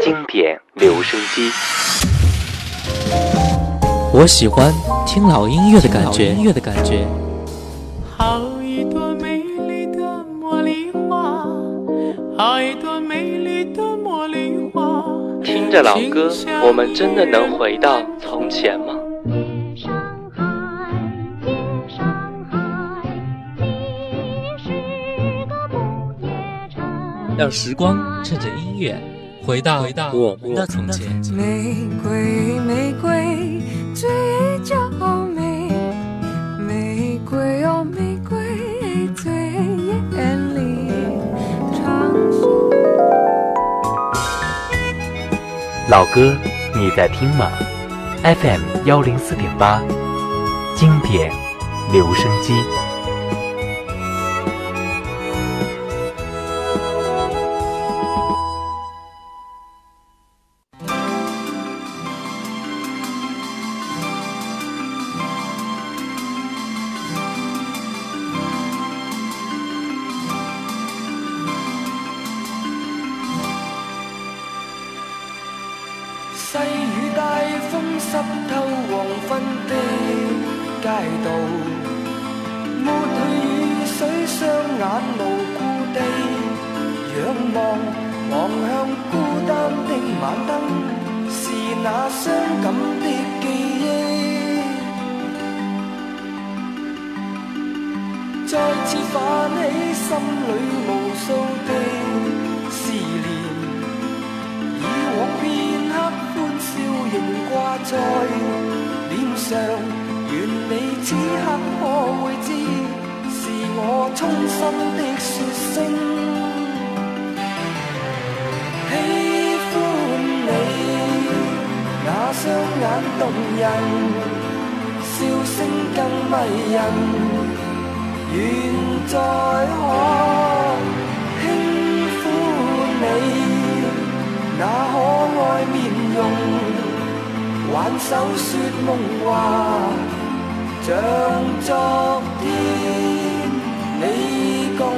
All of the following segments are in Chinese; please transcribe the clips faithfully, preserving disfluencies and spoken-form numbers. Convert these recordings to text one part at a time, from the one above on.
经典留声机。 我喜欢听老音乐的感觉，音乐的感觉。 好一朵美丽的茉莉花，好一朵美丽的茉莉花。 听着老歌，我们真的能回到从前吗？ 让时光趁着音乐回到回到我们的从前。 玫瑰玫瑰最娇美，玫瑰哦玫瑰最艳丽。 老歌你在听吗？ F M 一零四点八，经典留声机。 細雨大風濕透黃昏的街道，抹去雨水雙眼無故地仰望，望向孤單的晚燈，是那傷感的記憶，再次泛起心裏無數的思念，以往片刻歡笑仍掛在臉上，願你此刻可會知，是我衷心的說聲喜歡你，那雙眼動人，笑聲更迷人，願再可輕撫你那可愛面容，挽手說夢話，像昨天你共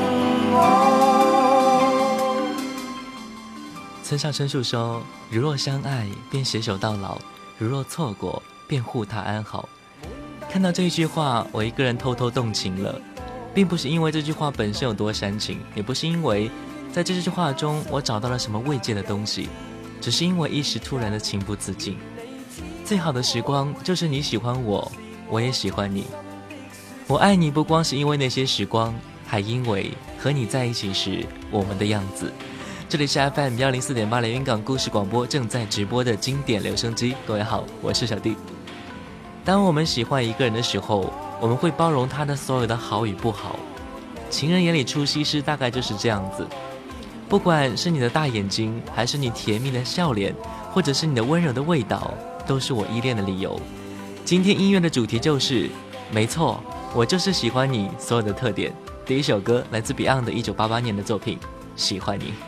我。 村上春树说，如若相爱便携手到老，如若错过便护他安好。看到这一句话，我一个人偷偷动情了，并不是因为这句话本身有多煽情，也不是因为在这句话中我找到了什么慰藉的东西，只是因为一时突然的情不自禁。最好的时光就是你喜欢我，我也喜欢你。我爱你不光是因为那些时光，还因为和你在一起时我们的样子。这里是 F M 一零四点八连云港故事广播正在直播的经典留声机。各位好，我是小弟。当我们喜欢一个人的时候，我们会包容他的所有的好与不好。情人眼里出西施大概就是这样子，不管是你的大眼睛，还是你甜蜜的笑脸，或者是你的温柔的味道，都是我依恋的理由。今天音乐的主题就是没错，我就是喜欢你所有的特点。第一首歌来自 Beyond 的一九八八年的作品《喜欢你》。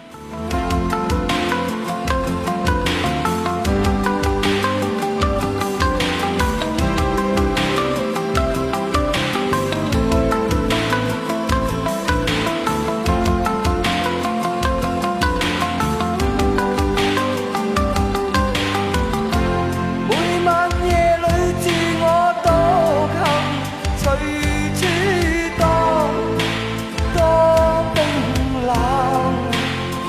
隨處多多冰冷。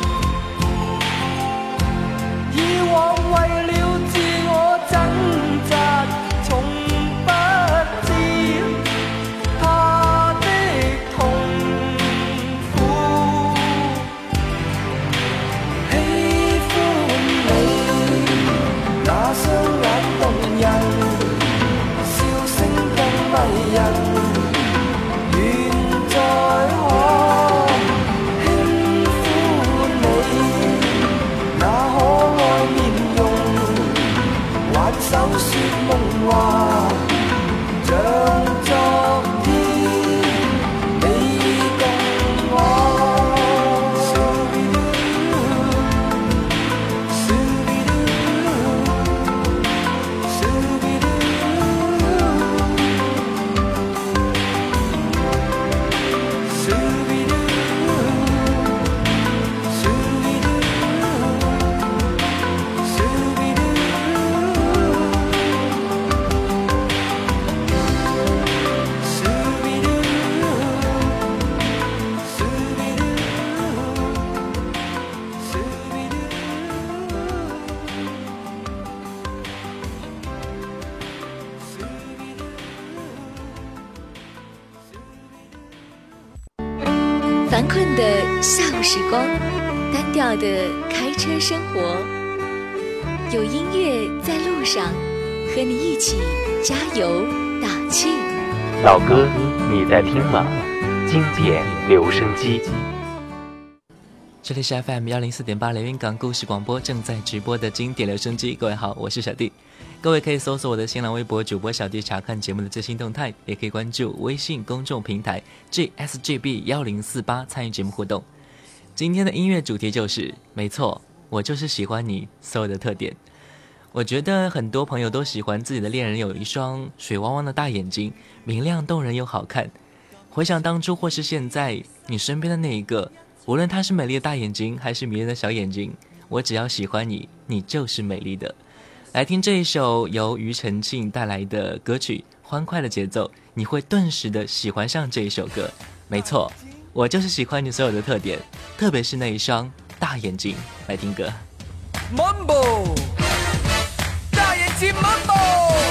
烦困的下午时光，单调的开车生活，有音乐在路上，和你一起加油打气。 老哥，你在听吗？经典留声机。 这里是 F M 一零四点八连云港故事广播正在直播的经典留声机。各位好，我是小弟。各位可以搜索我的新浪微博主播小弟查看节目的最新动态，也可以关注微信公众平台 G S G B 一零四八参与节目互动。今天的音乐主题就是没错，我就是喜欢你所有的特点。我觉得很多朋友都喜欢自己的恋人有一双水汪汪的大眼睛，明亮动人又好看。回想当初或是现在你身边的那一个，无论他是美丽的大眼睛还是迷人的小眼睛，我只要喜欢你，你就是美丽的。来听这一首由庾澄庆带来的歌曲，欢快的节奏，你会顿时的喜欢上这一首歌。没错，我就是喜欢你所有的特点，特别是那一双大眼睛。来听歌 Mambo 大眼睛 Mambo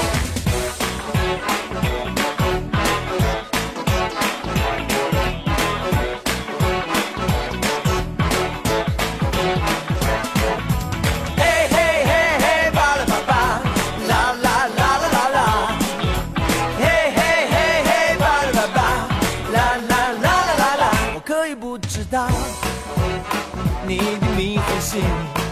你的迷惑性，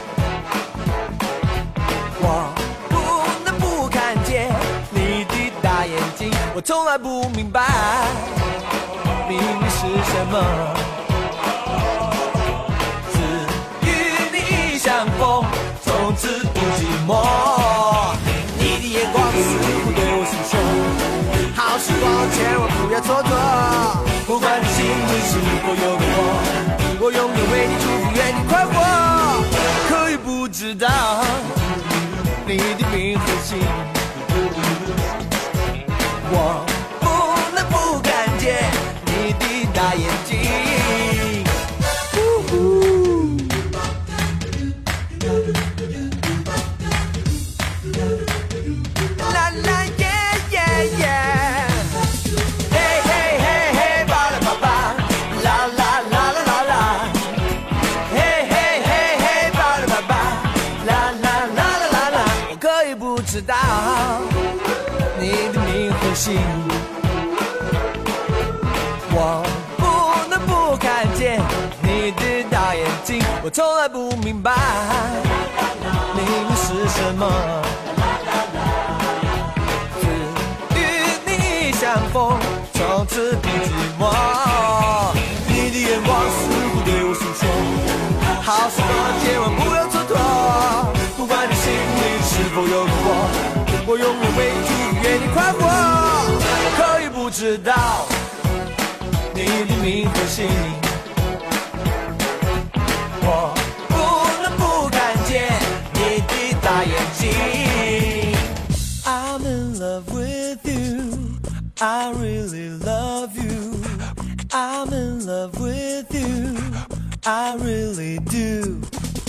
我不能不看见你的大眼睛，我从来不明白秘密是什么，只与你相逢，从此不寂寞。你的眼光似乎对我诉说，好时光千万不要蹉跎，不管你心里是否有个我，我永远为你祝福，愿你快活。可以不知道你的迷惑性，我不能不看见你的大眼睛。啦啦耶耶耶。知道你的迷惑性，我不能不看见你的大眼睛，我从来不明白秘密是什么，只与你相逢，从此不寂寞。你的眼光似乎对我诉说，好时光千万不要蹉跎，不管你心里是否有个我，我永远为你祝福，愿你快活。我可以不知道你的迷惑性，我不能不看见你的大眼睛。I'm in love with you, I really love you. I'm in love with you, I really do.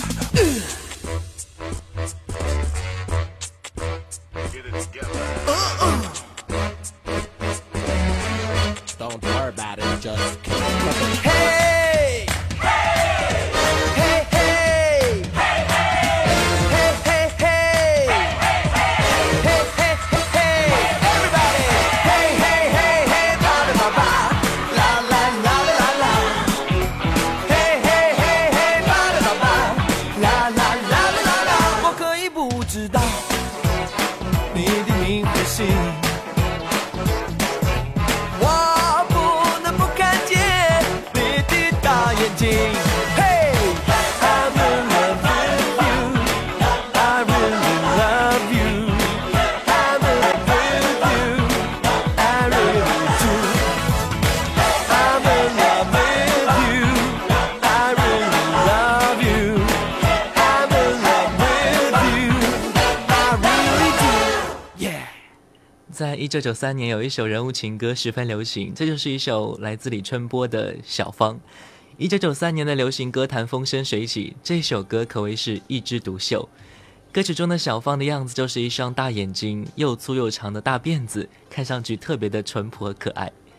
Don't worry about it, just keep it. Hey! Hey! Hey! Hey! Hey! Hey! Hey! Hey! Hey! Hey! Hey! Everybody! Hey! Hey! Hey! Hey! Ba ba ba! La la la la la! Hey! Hey! Hey! Hey! Ba ba ba! La la la la la! 我可以不知道你的迷惑性。Hey, I'm in love with you. I really love you. I'm in love with you. I really do. I'm in love with you. I really love you. I'm in love with you. I really do. Yeah. 在一九九三年，有一首人物情歌十分流行，这就是一首来自李春波的《小芳》。一九九三年的流行歌坛风生水起，这首歌可谓是一枝独秀。歌曲中的小芳的样子就是一双大眼睛，又粗又长的大辫子，看上去特别的淳朴和可爱。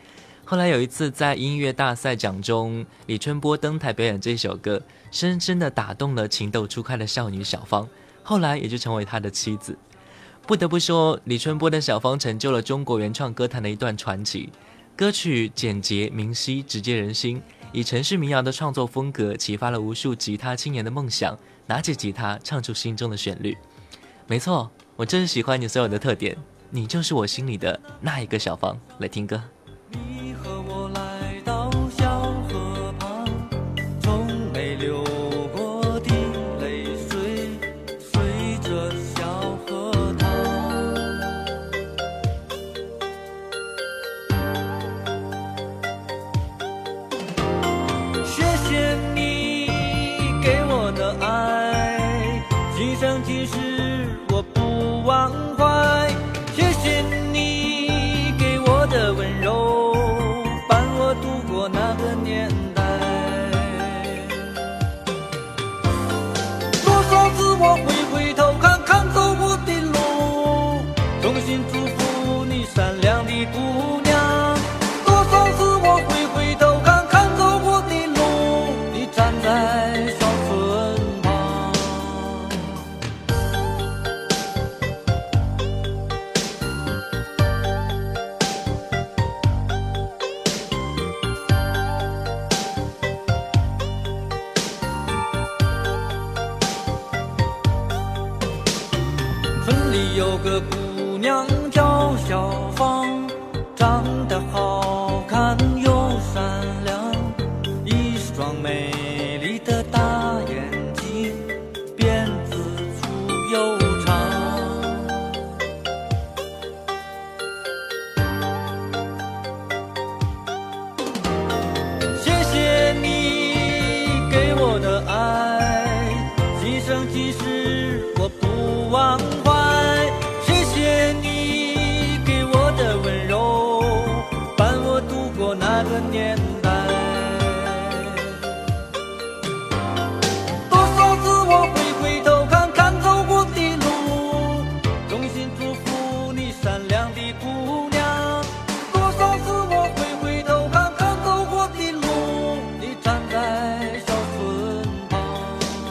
后来有一次在音乐大赛奖中，李春波登台表演这首歌，深深地打动了情窦初开的少女小芳，后来也就成为他的妻子。不得不说，李春波的小芳成就了中国原创歌坛的一段传奇。歌曲简洁明晰，直接人心，以城市民谣的创作风格启发了无数吉他青年的梦想，拿起吉他唱出心中的旋律。没错，我真是喜欢你所有的特点，你就是我心里的那一个小芳。来听歌。 你和我来到小河旁，从没流过的泪水随着小河淌。谢谢你给我的爱，今生今世我不忘怀。谢谢你给我的温柔，伴我度过那个年代。多少次我会回头看看走过的路，衷心祝福你善良的姑娘。多少次我会回头看看走过的路，你站在小村旁。村里有个姑娘叫小芳，长得好看又善良，一双美丽的大眼睛，辫子粗又长。谢谢你给我的爱，今生今世我不忘怀。谢谢你给我的温柔，伴我度过那个年代。多少次我会回头看看走过的路，衷心祝福你善良的姑娘。多少次我会回头看看走过的路，你站在小村旁。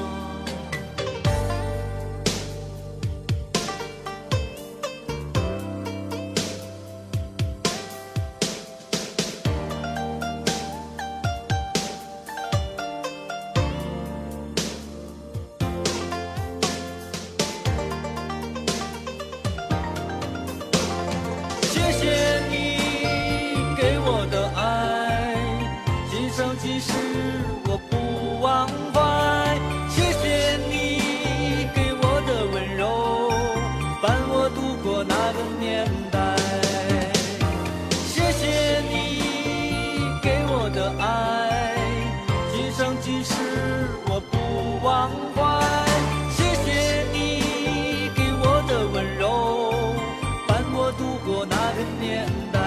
谢谢你给我的爱，今生今世我不忘怀。谢谢你给我的温柔，伴我度过那个年代。谢谢你给我的爱，今生今世我不忘怀。谢谢你给我的温柔，伴我度过那个年代。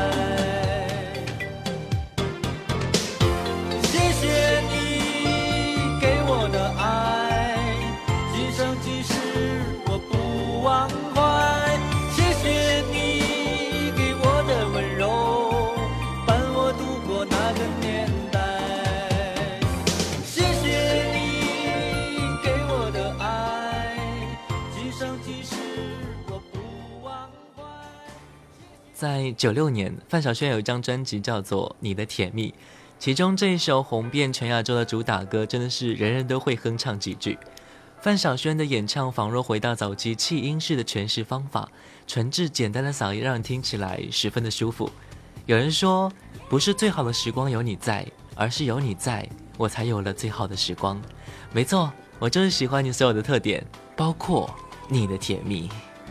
谢谢你给我的爱，今生今世我不忘怀。谢谢你给我的温柔，伴我度过那个年代。谢谢你给我的爱，今生今世我不忘怀。 在九六年，范晓萱有一张专辑叫做《你的甜蜜》，其中这一首红遍全亚洲的主打歌，真的是人人都会哼唱几句。范晓萱的演唱仿若回到早期气音式的诠释方法，纯质简单的嗓音让人听起来十分的舒服。有人说，不是最好的时光有你在，而是有你在，我才有了最好的时光。没错，我就是喜欢你所有的特点，包括你的甜蜜。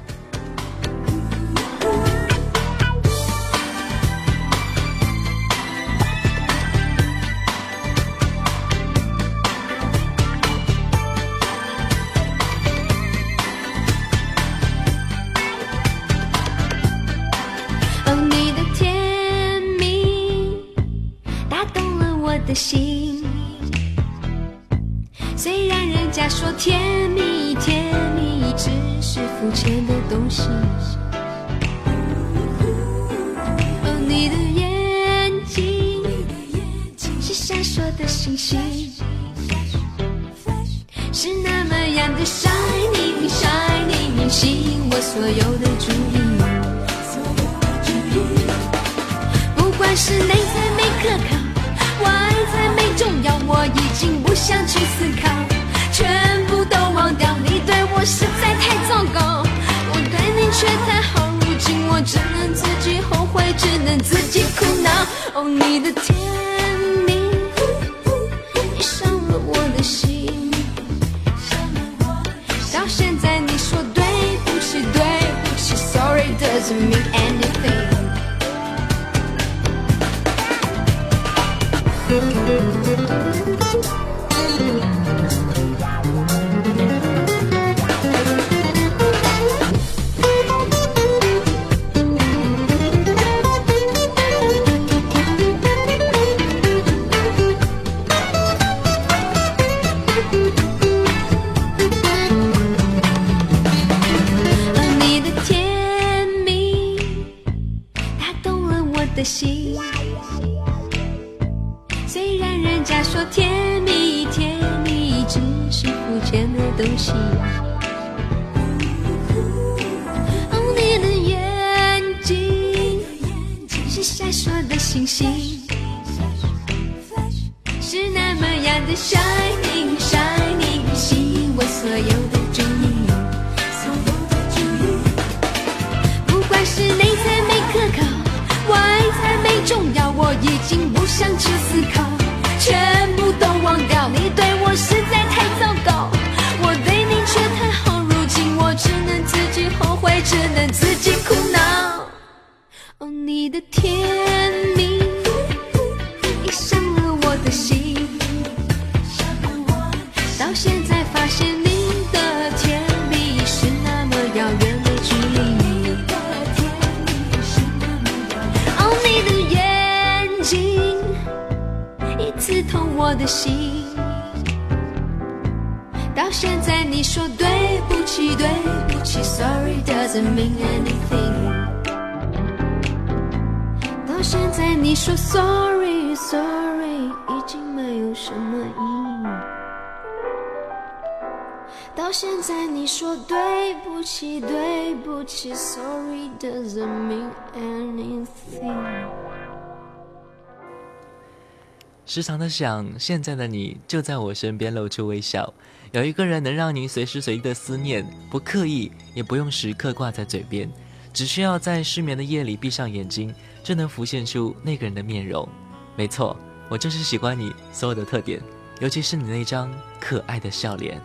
的心，虽然人家说甜蜜甜蜜只是肤浅的东西，哦，你的眼睛的星星，是那么样的 shining shining， 吸引我所有的注意。不管是内在美可靠，外在美重要，我已经不想去思考，全部都忘掉。你对我实在太糟糕，我对你却太好，如今我只能自己后悔，只能自己苦恼。哦，你的甜蜜你伤了我的心，到现在你说对不起对不起 Sorry doesn't mean anything。你的甜蜜打动了我的心，虽然人家说甜蜜甜蜜只是肤浅的东西。哦，你的眼睛是闪烁的星星，是那么样的 shining shining， 吸引我所有的注意。不管是内在美可靠，外在美重要，我已经不想去思考，全部都忘掉。你对我实在太糟糕，我对你却太好，如今我只能自己后悔，只能自己苦恼。哦，你的甜蜜你伤了我的心，到现在发现你的甜蜜是那么遥远的距离。哦，你的眼睛已刺痛我的心，到现在你说对不起对不起 Sorry doesn't mean anything， 到现在你说 Sorry Sorry 已经没有什么意义，到现在你说对不起对不起 Sorry doesn't mean anything。 时常的想，现在的你就在我身边露出微笑，有一个人能让你随时随地的思念，不刻意，也不用时刻挂在嘴边，只需要在失眠的夜里闭上眼睛，就能浮现出那个人的面容。没错，我就是喜欢你所有的特点，尤其是你那张可爱的笑脸。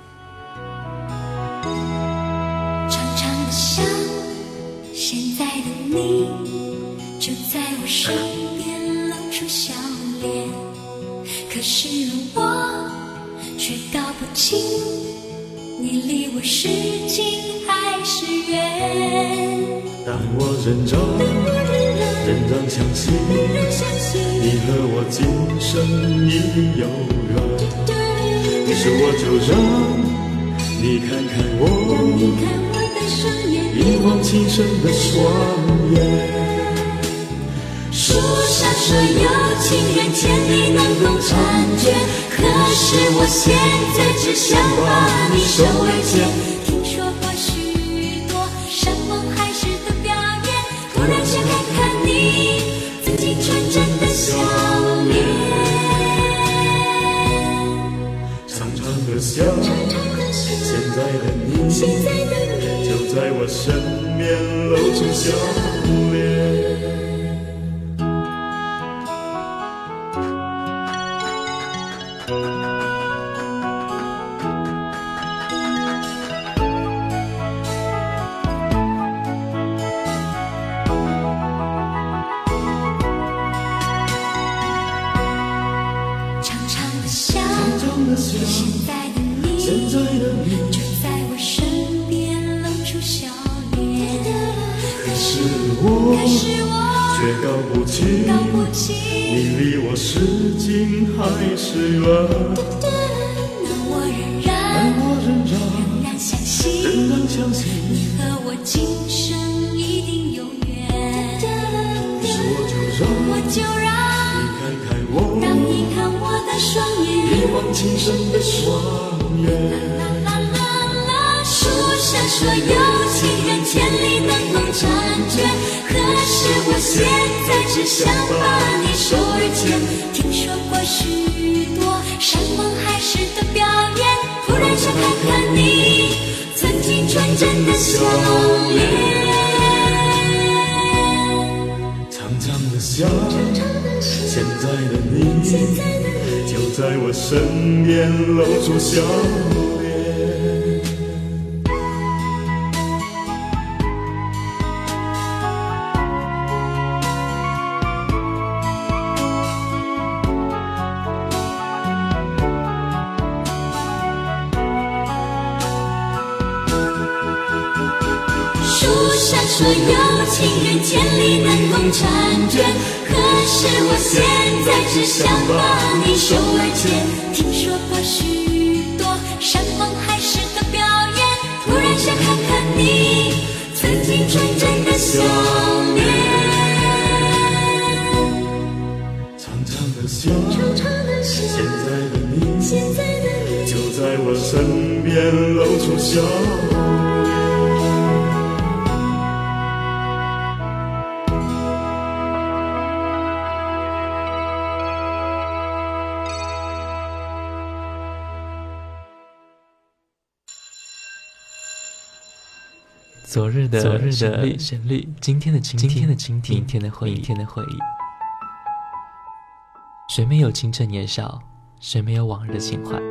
长长的想，现在的你就在我身边露出笑脸，可是我却搞不清你离我是近还是远。 当我认真认真相信你和我今生已有缘，于是我就让你看看我， 让你看我的双眼， 一往情深的双眼。 树上说有情人千里能共婵娟，可是我现在只想把你收为牵。听说过许多山盟海誓的表演，突然间看看你自己纯真的笑脸。 长长的笑，现在的你就在我身边露出笑脸。你离我是近还是远？ 让我仍然仍然相信， 仍然相信你和我今生一定有缘。 于是我就让我就让你看看我， 让你看我的双眼， 一往情深的双眼。 啦啦啦啦，树闪烁有情人千里能共婵娟，可是我现在只想把你手儿牵。听说过许多山盟海誓的表演，突然想看看你曾经纯真的笑脸。 长长的笑，现在的你就在我身边露出笑脸。 树闪烁有情人千里能共婵娟，可是我现在只想把你手儿牵。听说过许多山盟海誓的表演，突然想看看你曾经纯真的笑脸。 长长的笑，现在的你就在我身边露出笑脸。 昨日的昨日的旋律，今天的今天的今天，明天的回忆，明天的回忆。谁没有青春年少？谁没有往日的情怀？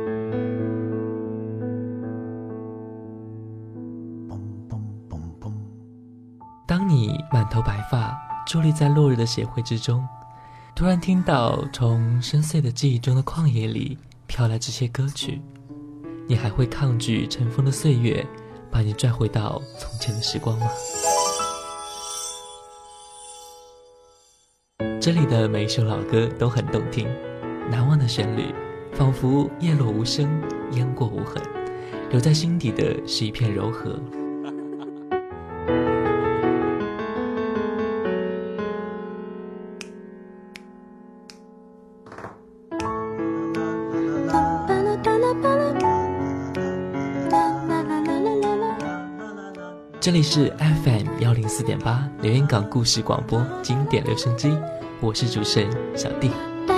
当你满头白发，伫立在落日的协会之中，突然听到从深邃的记忆中的旷野里飘来这些歌曲，你还会抗拒尘封的岁月把你拽回到从前的时光吗？这里的每一首老歌都很动听，难忘的旋律仿佛叶落无声，烟过无痕，留在心底的是一片柔和。这里是 F M 一零四点八 连云港故事广播经典留声机，我是主持人小弟。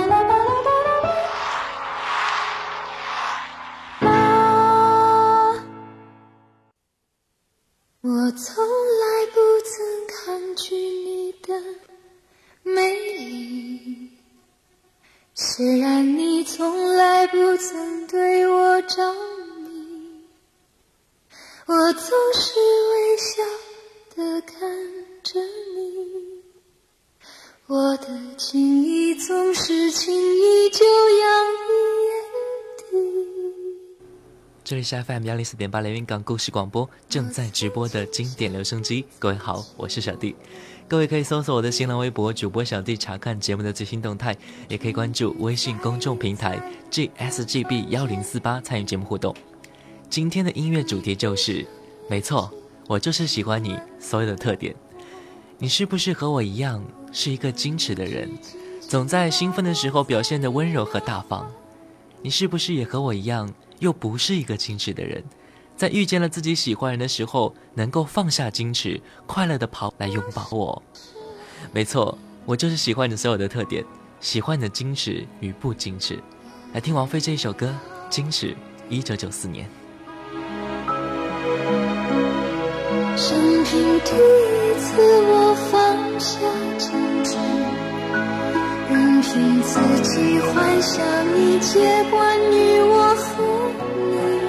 我从来不曾抗拒你的美丽，虽然你从来不曾对我着迷，我总是微笑地看着你，我的情意总是轻易就洋溢眼底。 这里是 F M 一零四点八连云港故事广播正在直播的经典留声机，各位好，我是小弟。各位可以搜索我的新浪微博主播小弟查看节目的最新动态，也可以关注微信公众平台 G S G B 一零四八参与节目互动。今天的音乐主题就是没错，我就是喜欢你所有的特点。你是不是和我一样是一个矜持的人，总在兴奋的时候表现得温柔和大方？你是不是也和我一样又不是一个矜持的人，在遇见了自己喜欢人的时候能够放下矜持，快乐地跑来拥抱我？没错，我就是喜欢你所有的特点，喜欢你的矜持与不矜持。来听王菲这一首歌《矜持》，一九九四年。 生平第一次我放下矜持，任凭自己幻想一切关于我和你。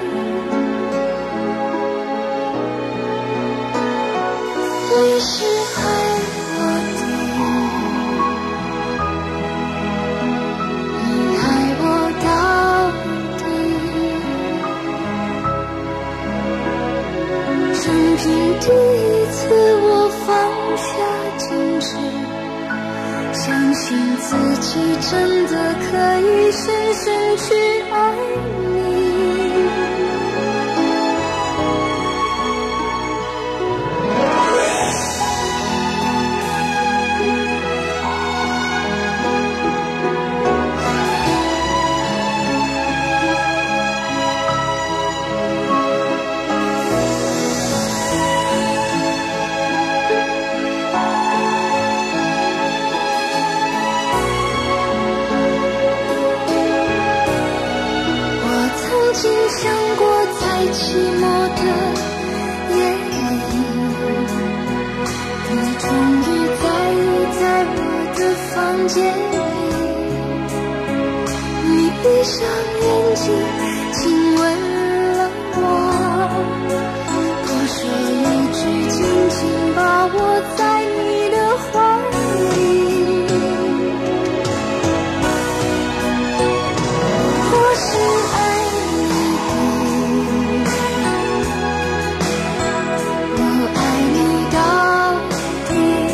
你是爱我的，你爱我到底。生平第一次我放下矜持，相信自己真的可以深深去爱你。 寂寞的夜里，你终于在意在我的房间里，你闭上眼睛亲吻了我，多说一句轻轻把我在你的怀里，我是爱你的，我爱你到底，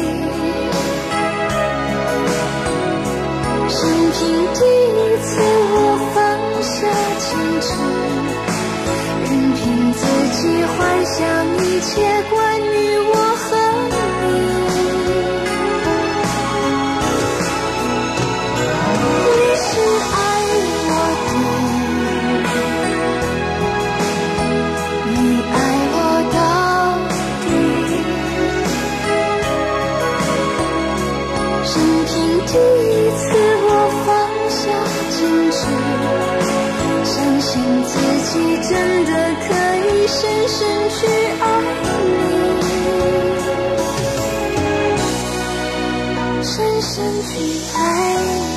生平第一次我放下矜持，任凭自己幻想一切关于我和你，你是爱我的，你爱我到底，生平第一次我放下矜持，相信自己真的可以深深去爱你，深深去爱你。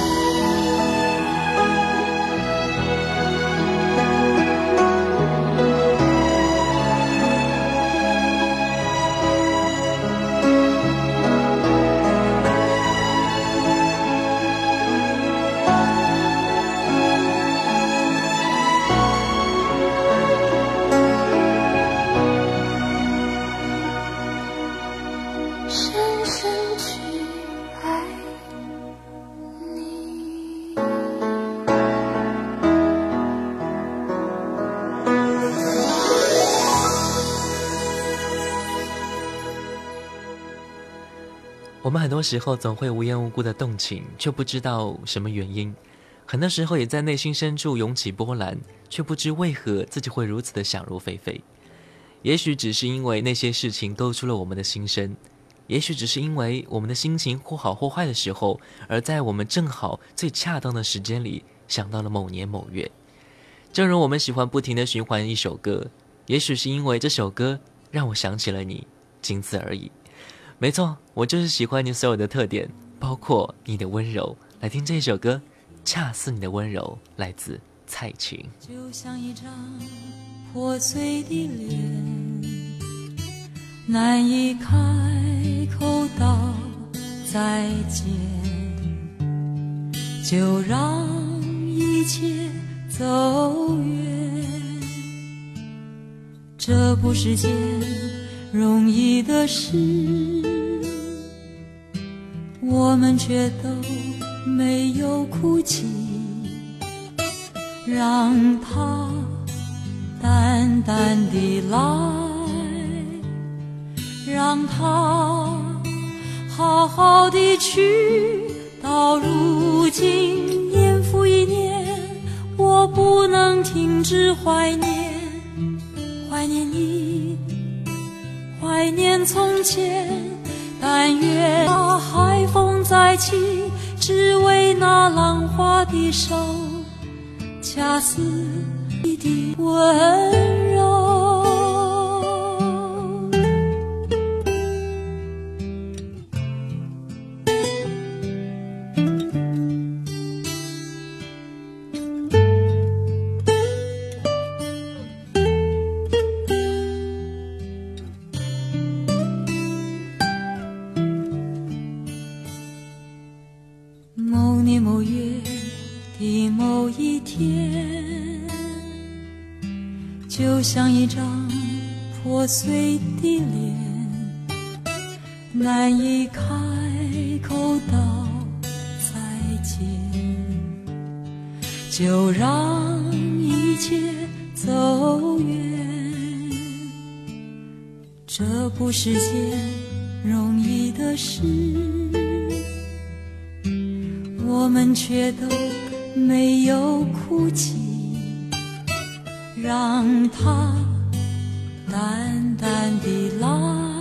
深深去爱你。 我们很多时候总会无缘无故的动情，却不知道什么原因。很多时候也在内心深处涌起波澜，却不知为何自己会如此的想入非非。也许只是因为那些事情勾出了我们的心声，也许只是因为我们的心情或好或坏的时候，而在我们正好最恰当的时间里想到了某年某月。正如我们喜欢不停地循环一首歌，也许是因为这首歌让我想起了你，仅此而已。没错，我就是喜欢你所有的特点，包括你的温柔。来听这首歌，恰似你的温柔，来自蔡琴。 就像一张破碎的脸，难以开口道再见，就让一切走远。这不是件容易的事，我们却都没有哭泣，让它淡淡地来，让它好好地去。到如今年复一年，我不能停止怀念，怀念你，怀念从前。但愿那海风再起，只为那浪花的手，恰似你的温柔。某年某月的某一天，就像一张破碎的脸，难以开口道再见，就让一切走远。这不是件容易的事，我们却都没有哭泣，让它淡淡地来，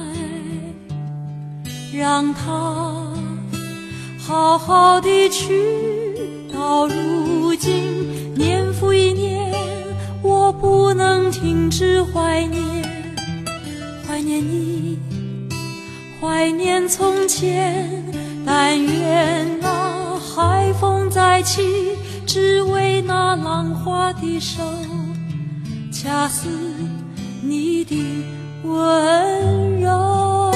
让它好好地去。到如今年复一年，我不能停止怀念，怀念你，怀念从前。但愿那海风再起，只为那浪花的手，恰似你的温柔。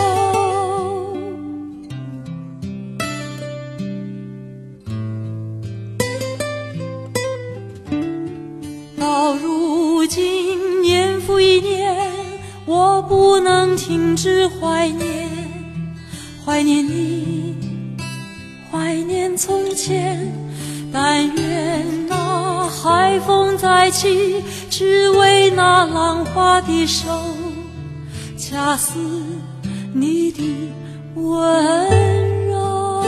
到如今年复一年，我不能停止怀念，怀念你，怀念从前。但愿那海风再起，只为那浪花的手，恰似你的温柔。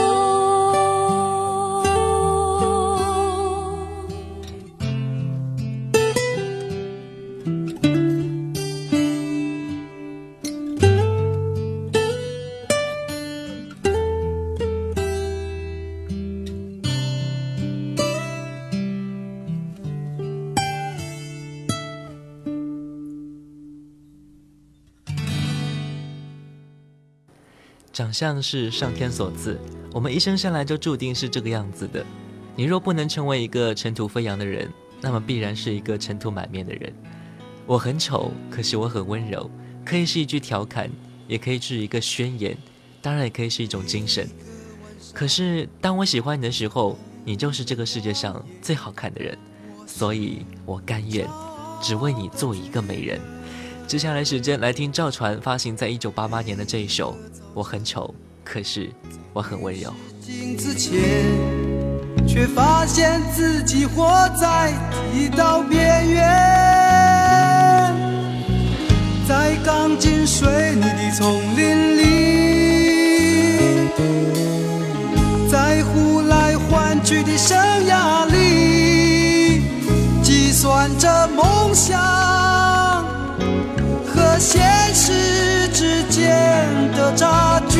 长相是上天所赐，我们一生下来就注定是这个样子的。你若不能成为一个尘土飞扬的人，那么必然是一个尘土满面的人。我很丑，可是我很温柔，可以是一句调侃，也可以是一个宣言，当然也可以是一种精神。可是当我喜欢你的时候，你就是这个世界上最好看的人，所以我甘愿只为你做一个美人。接下来时间来听赵传发行在一九八八年的这一首我很丑，可是我很温柔。 镜子前，却发现自己活在剃刀边缘，在钢筋水泥的丛林里，在呼来唤去的生涯里，计算着梦想和现实之间的差距。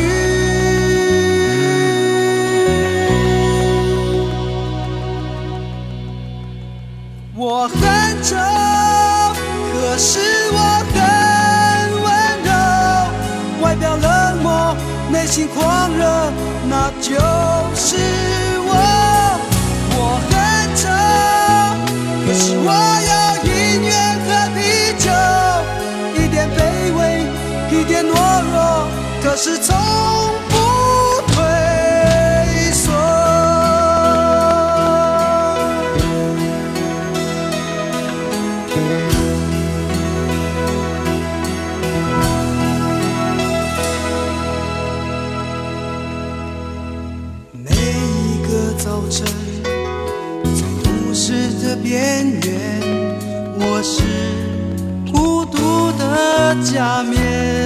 我很丑，可是我很温柔，外表冷漠，内心狂热，那就是我。我很丑，可是我有音乐和啤酒，一点卑微，一点懦弱，可是从不退缩。每一个早晨，在都市的边缘，我是孤独的假面。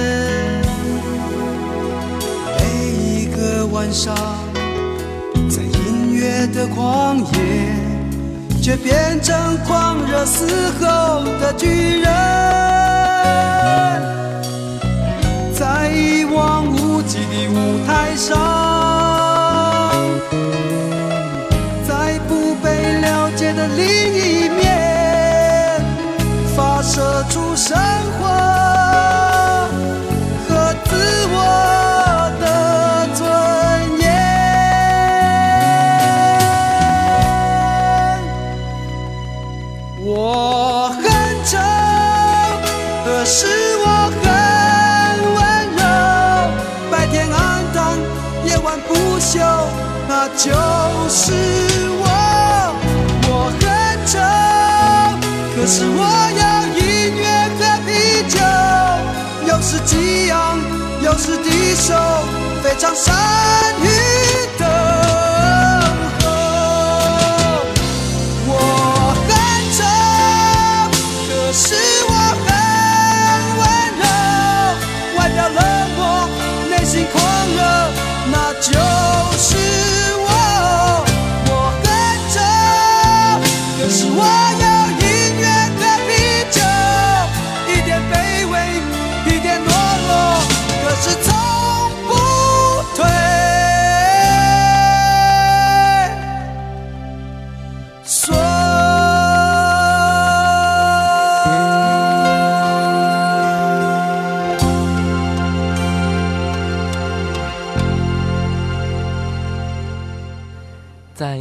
每一个晚上，在音乐的旷野，却变成狂热嘶吼的巨人。在一望无际的舞台上，在不被了解的另一面，发射出生活和自我的尊严。我很丑，可是我很温柔，白天暗淡，夜晚不休，那就是我。我很丑，可是我有音乐和啤酒，有时激昂，有时低手，非常善于等候。我很丑，可是我很温柔，外表冷漠，内心狂热，那就是我。我很丑，可是我有音乐和啤酒，一点卑微，一点懦弱，可是从不退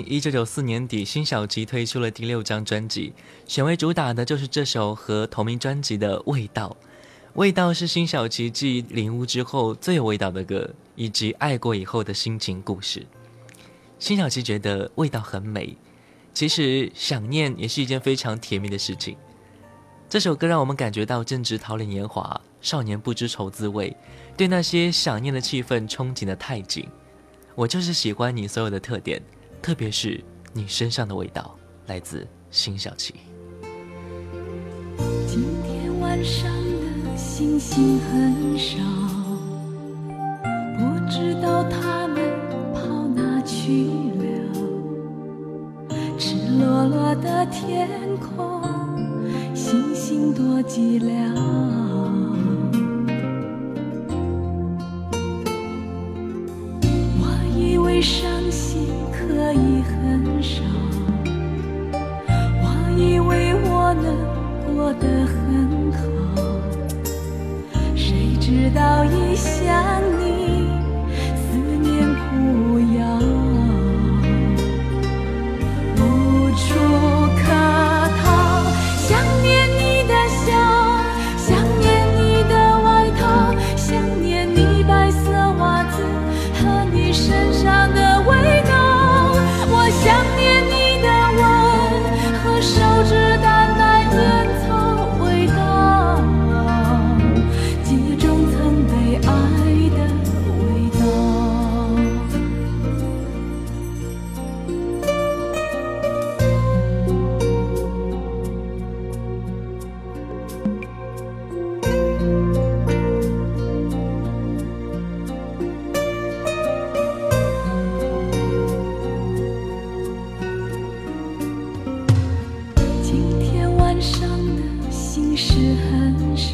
一九九四年底，辛晓琪推出了第六张专辑，选为主打的就是这首和同名专辑的《味道》。《味道》是辛晓琪继《领悟》之后最有味道的歌，以及爱过以后的心情故事。辛晓琪觉得味道很美，其实想念也是一件非常甜蜜的事情。这首歌让我们感觉到正值桃李年华，少年不知愁滋味，对那些想念的气氛憧憬得太紧。我就是喜欢你所有的特点，特别是你身上的味道。来自辛晓琪。 今天晚上的星星很少，不知道他们跑哪去了。赤裸裸的天空，星星多寂寥。我以为伤心可以很少，我以为我能过得很好，谁知道一想你，思念苦药，无处可逃。想念你的笑，想念你的外套，想念你白色袜子和你身上的味道。我想念你的吻和手指淡淡烟草味道，记忆中曾被爱的味道。今天晚上的心事很少，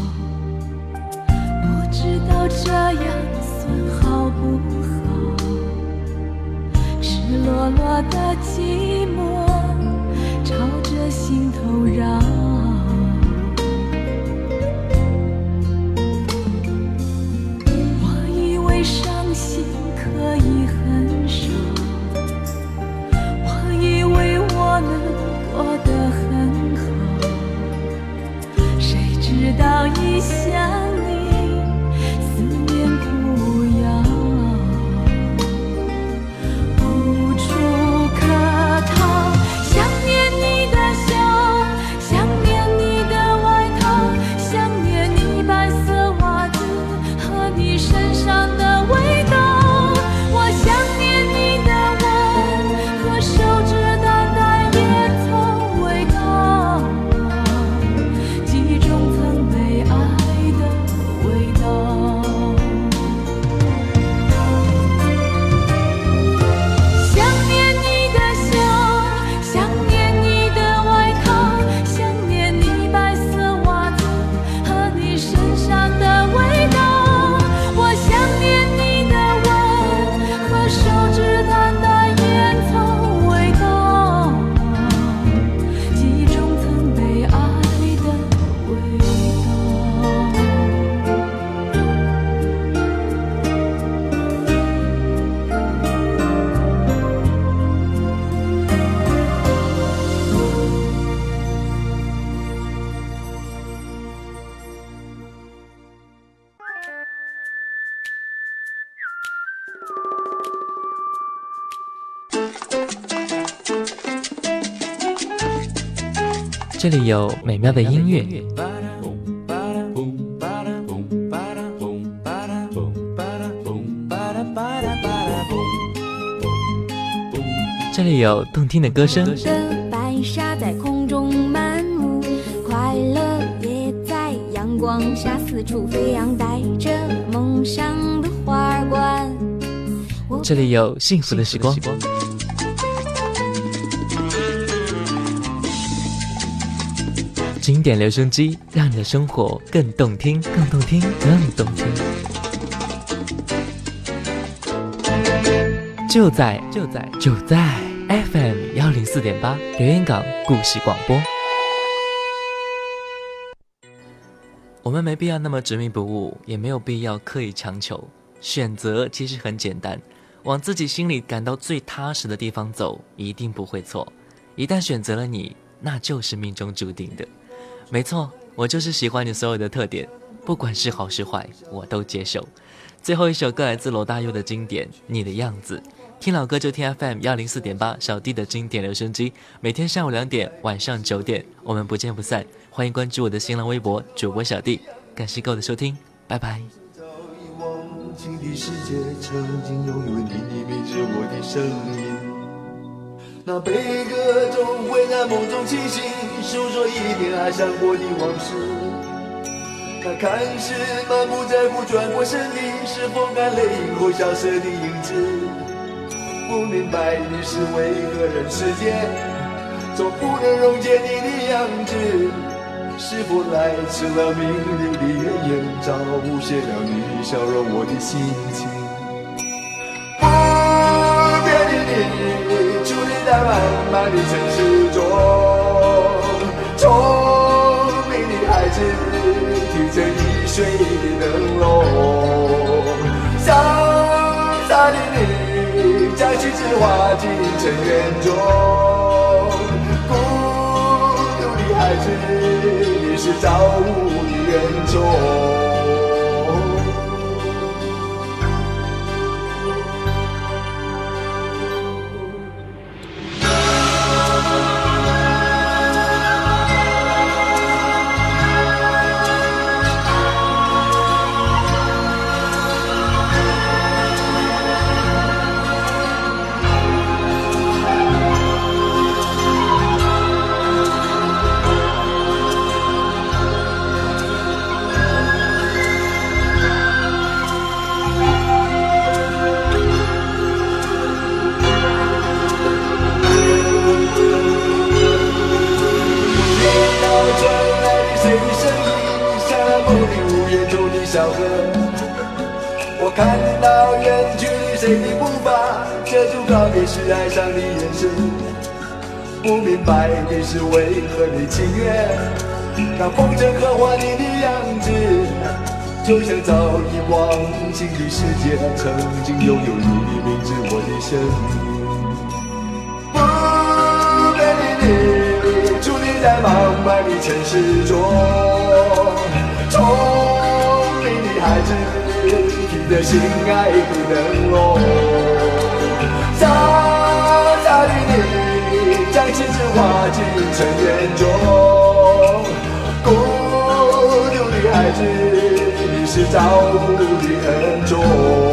不知道这样算好不好。赤裸裸的寂寞朝着心头绕。我以为伤心可以很少，我以为我能过得很好，谁知道一想你，思念苦药，无处可逃。想念你的笑，想念你的外套，想念你白色袜子和你身上的味道。我想念你的吻和手指淡淡烟草味道，记忆中曾被爱的味道。想念你的笑，想念你的外套，想念你白色袜子和你身上的味道。我想念你的吻和手指淡淡烟草味道，记忆中曾被爱的味道。 这里有美妙的音乐，这里有动听的歌声， 的白沙在空中漫舞，快乐也在阳光下四处飞扬，带着梦想的花冠。 这里有幸福的时光，经典留声机，让你的生活更动听，更动听，更动听。就在就在就在 F M 幺零四点八留言港故事广播。我们没必要那么执迷不悟，也没有必要刻意强求。选择其实很简单， 往自己心里感到最踏实的地方走，一定不会错。一旦选择了你，那就是命中注定的。没错，我就是喜欢你所有的特点，不管是好是坏，我都接受。最后一首歌来自罗大佑的经典《你的样子》，听老歌就听 F M 一零四点八小弟的经典留声机，每天下午两点，晚上九点，我们不见不散。欢迎关注我的新浪微博主播小弟，感谢各位的收听，拜拜。 情的世界曾经拥有你的名字，我的声音。那悲歌总会在梦中清醒，诉说一点爱上过的往事。那看似满不在乎转过身的，是否看泪后消失的影子？不明白的是为何人世间总不能溶解你的样子？是否来迟了命运的原因，早无限了你笑容我的心情。不变的你，伫立在漫漫的城市中，聪明的孩子提着易碎的灯笼，潇洒的你将旗帜划进尘缘中，孤独的孩子你是造物的恩宠。我看到远去的谁的步伐，遮住告别时哀伤的眼神。不明白的是为何你情愿让风筝刻画你的样子，就像早已忘情的世界曾经拥有你的名字，我的声音。不变的你，伫立在茫茫的城市中，聪明的孩子提着心爱的灯笼，傻傻的你将旗帜划进尘缘中，孤独的孩子你是造物的恩宠。